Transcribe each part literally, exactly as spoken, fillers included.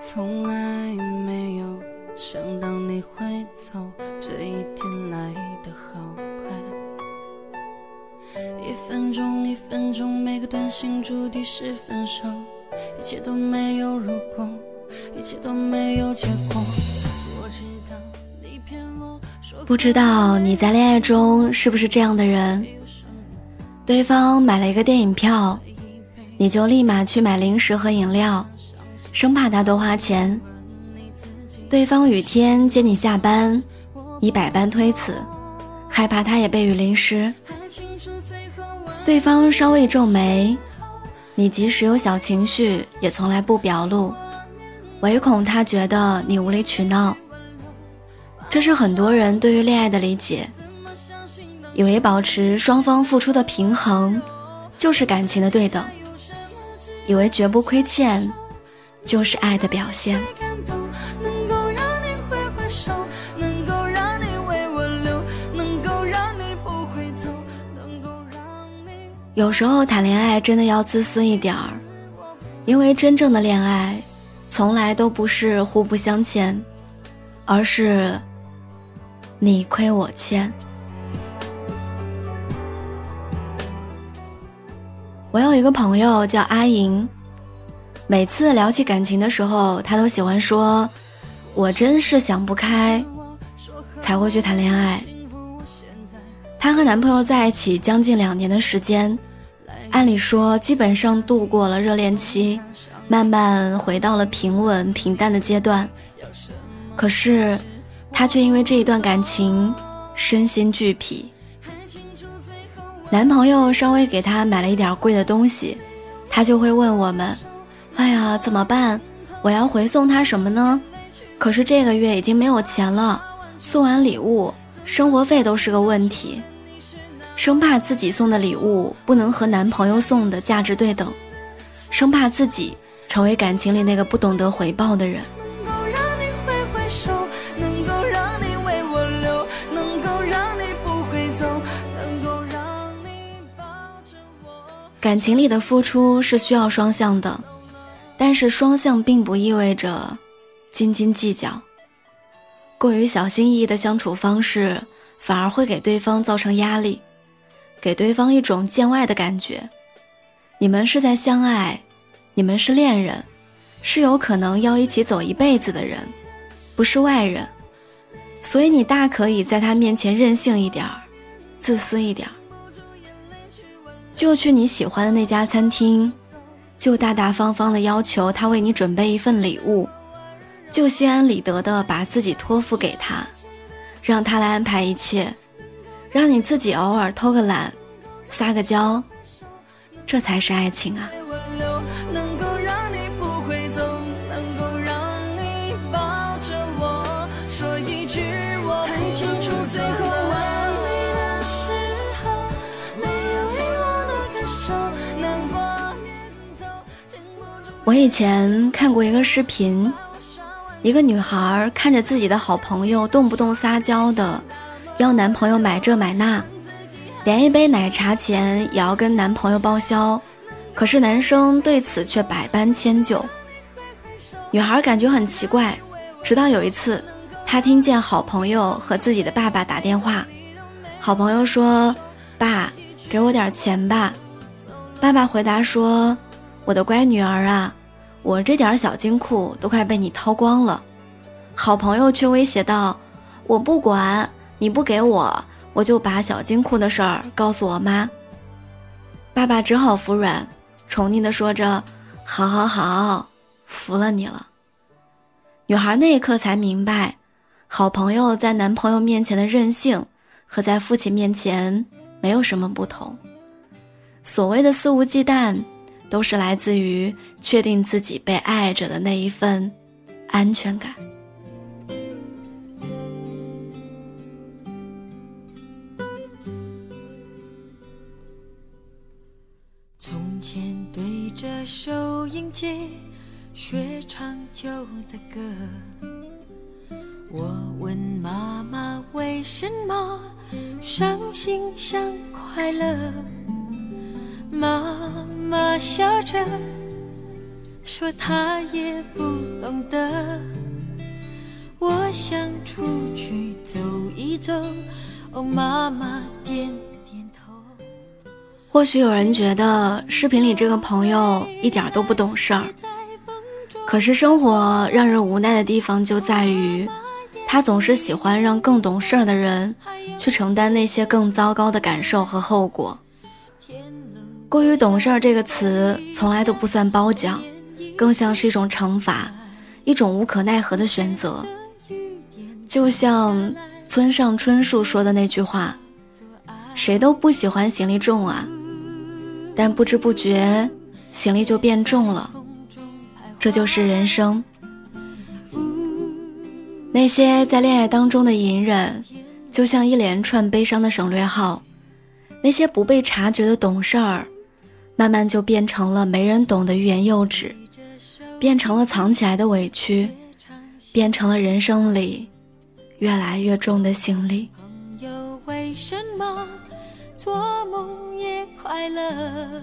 从来没有想到你会走，这一天来得好快。一分钟一分钟，每个短信注定是分手，一切都没有如果，一切都没有结果。我知道你骗我， 不知道你在恋爱中是不是这样的人，对方买了一个电影票，你就立马去买零食和饮料，生怕他多花钱。对方雨天接你下班，你百般推辞，害怕他也被雨淋湿。对方稍微皱眉，你即使有小情绪也从来不表露，唯恐他觉得你无理取闹。这是很多人对于恋爱的理解，以为保持双方付出的平衡就是感情的对等，以为绝不亏欠就是爱的表现。有时候谈恋爱真的要自私一点儿，因为真正的恋爱从来都不是互不相欠，而是你亏我欠。我有一个朋友叫阿莹，每次聊起感情的时候，她都喜欢说，我真是想不开才会去谈恋爱。她和男朋友在一起将近两年的时间，按理说基本上度过了热恋期，慢慢回到了平稳平淡的阶段。可是她却因为这一段感情身心俱疲。男朋友稍微给她买了一点贵的东西，她就会问我们，哎呀怎么办，我要回送他什么呢？可是这个月已经没有钱了，送完礼物生活费都是个问题，生怕自己送的礼物不能和男朋友送的价值对等，生怕自己成为感情里那个不懂得回报的人。感情里的付出是需要双向的，但是双向并不意味着斤斤计较。过于小心翼翼的相处方式反而会给对方造成压力，给对方一种见外的感觉。你们是在相爱，你们是恋人，是有可能要一起走一辈子的人，不是外人。所以你大可以在他面前任性一点儿，自私一点儿，就去你喜欢的那家餐厅，就大大方方地要求他为你准备一份礼物，就心安理得地把自己托付给他，让他来安排一切，让你自己偶尔偷个懒，撒个娇，这才是爱情啊。我以前看过一个视频，一个女孩看着自己的好朋友动不动撒娇的要男朋友买这买那，连一杯奶茶钱也要跟男朋友报销，可是男生对此却百般迁就。女孩感觉很奇怪，直到有一次她听见好朋友和自己的爸爸打电话，好朋友说，爸，给我点钱吧。爸爸回答说，我的乖女儿啊，我这点小金库都快被你掏光了。好朋友却威胁道，我不管，你不给我，我就把小金库的事儿告诉我妈。爸爸只好服软，宠溺地说着，好好好，服了你了。女孩那一刻才明白，好朋友在男朋友面前的任性和在父亲面前没有什么不同。所谓的肆无忌惮，都是来自于确定自己被爱着的那一份安全感。 从前对着收音机学唱旧的歌，我问妈妈为什么伤心像快乐，妈妈笑着说他也不懂得。我想出去走一走，哦，妈妈点点头。 或许有人觉得视频里这个朋友一点都不懂事儿，可是生活让人无奈的地方就在于，他总是喜欢让更懂事儿的人去承担那些更糟糕的感受和后果。过于懂事儿这个词从来都不算褒奖，更像是一种惩罚，一种无可奈何的选择。就像村上春树说的那句话，谁都不喜欢行李重啊，但不知不觉行李就变重了，这就是人生。那些在恋爱当中的隐忍，就像一连串悲伤的省略号，那些不被察觉的懂事儿，慢慢就变成了没人懂的欲言又止，变成了藏起来的委屈，变成了人生里越来越重的行李。 朋友为什么做梦也快乐？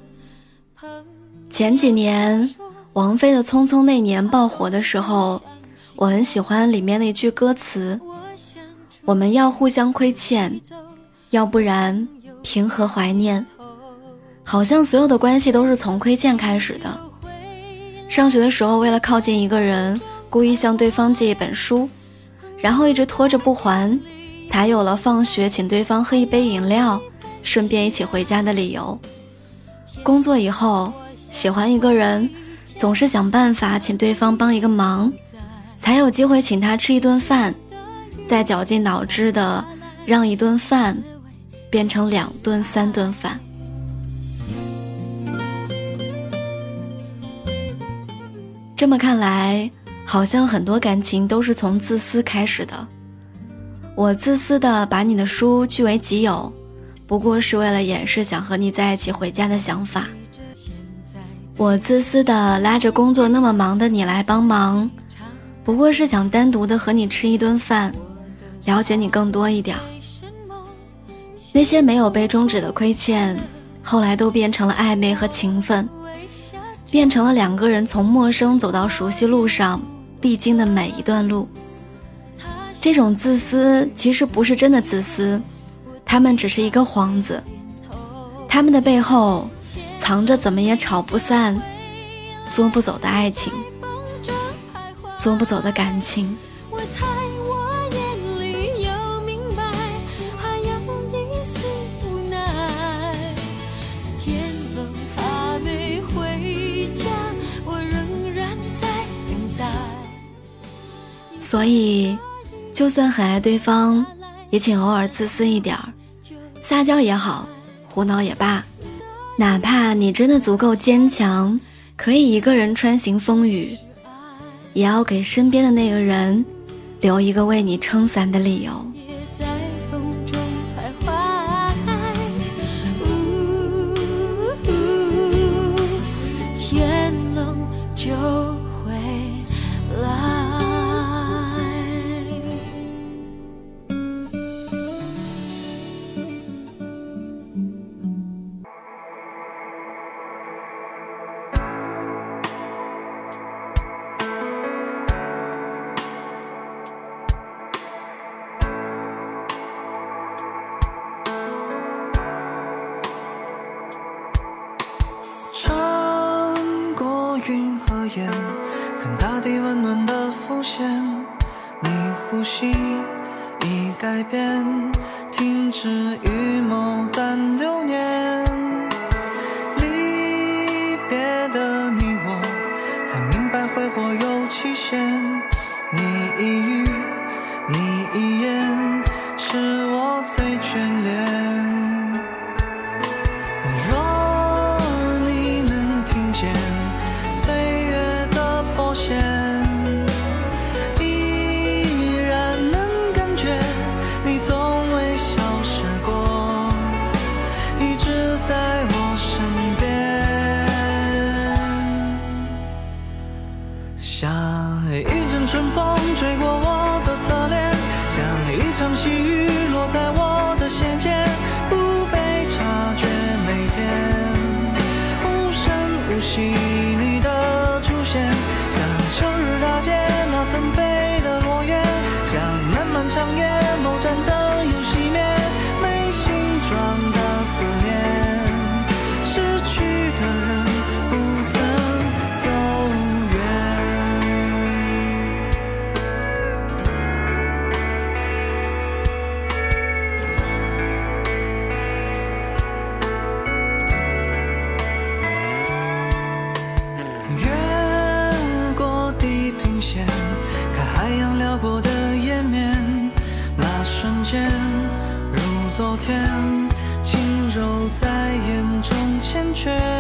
前几年王菲的《匆匆那年》爆火的时候，我很喜欢里面的一句歌词，我们要互相亏欠，要不然凭何怀念。好像所有的关系都是从亏欠开始的。上学的时候，为了靠近一个人，故意向对方借一本书，然后一直拖着不还，才有了放学请对方喝一杯饮料，顺便一起回家的理由。工作以后，喜欢一个人，总是想办法请对方帮一个忙，才有机会请他吃一顿饭，再绞尽脑汁的让一顿饭变成两顿三顿饭。这么看来，好像很多感情都是从自私开始的。我自私的把你的书据为己有，不过是为了掩饰想和你在一起回家的想法。我自私的拉着工作那么忙的你来帮忙，不过是想单独的和你吃一顿饭，了解你更多一点。那些没有被终止的亏欠，后来都变成了暧昧和情分，变成了两个人从陌生走到熟悉路上必经的每一段路。这种自私其实不是真的自私，他们只是一个幌子，他们的背后藏着怎么也吵不散、捉不走的爱情，捉不走的感情。 我猜我眼里有明白，还有一丝无奈。天冷还没回家，我仍然在等待。 所以就算很爱对方，也请偶尔自私一点儿，撒娇也好，胡闹也罢，哪怕你真的足够坚强，可以一个人穿行风雨，也要给身边的那个人留一个为你撑伞的理由。 也在风中徘徊，呜呜，天冷就回来。 云和烟，看大地温暖的浮现。你呼吸已改变，停止预谋但流年。离别的你我，才明白挥霍有期限。你一语，你一言，是我最眷恋。 却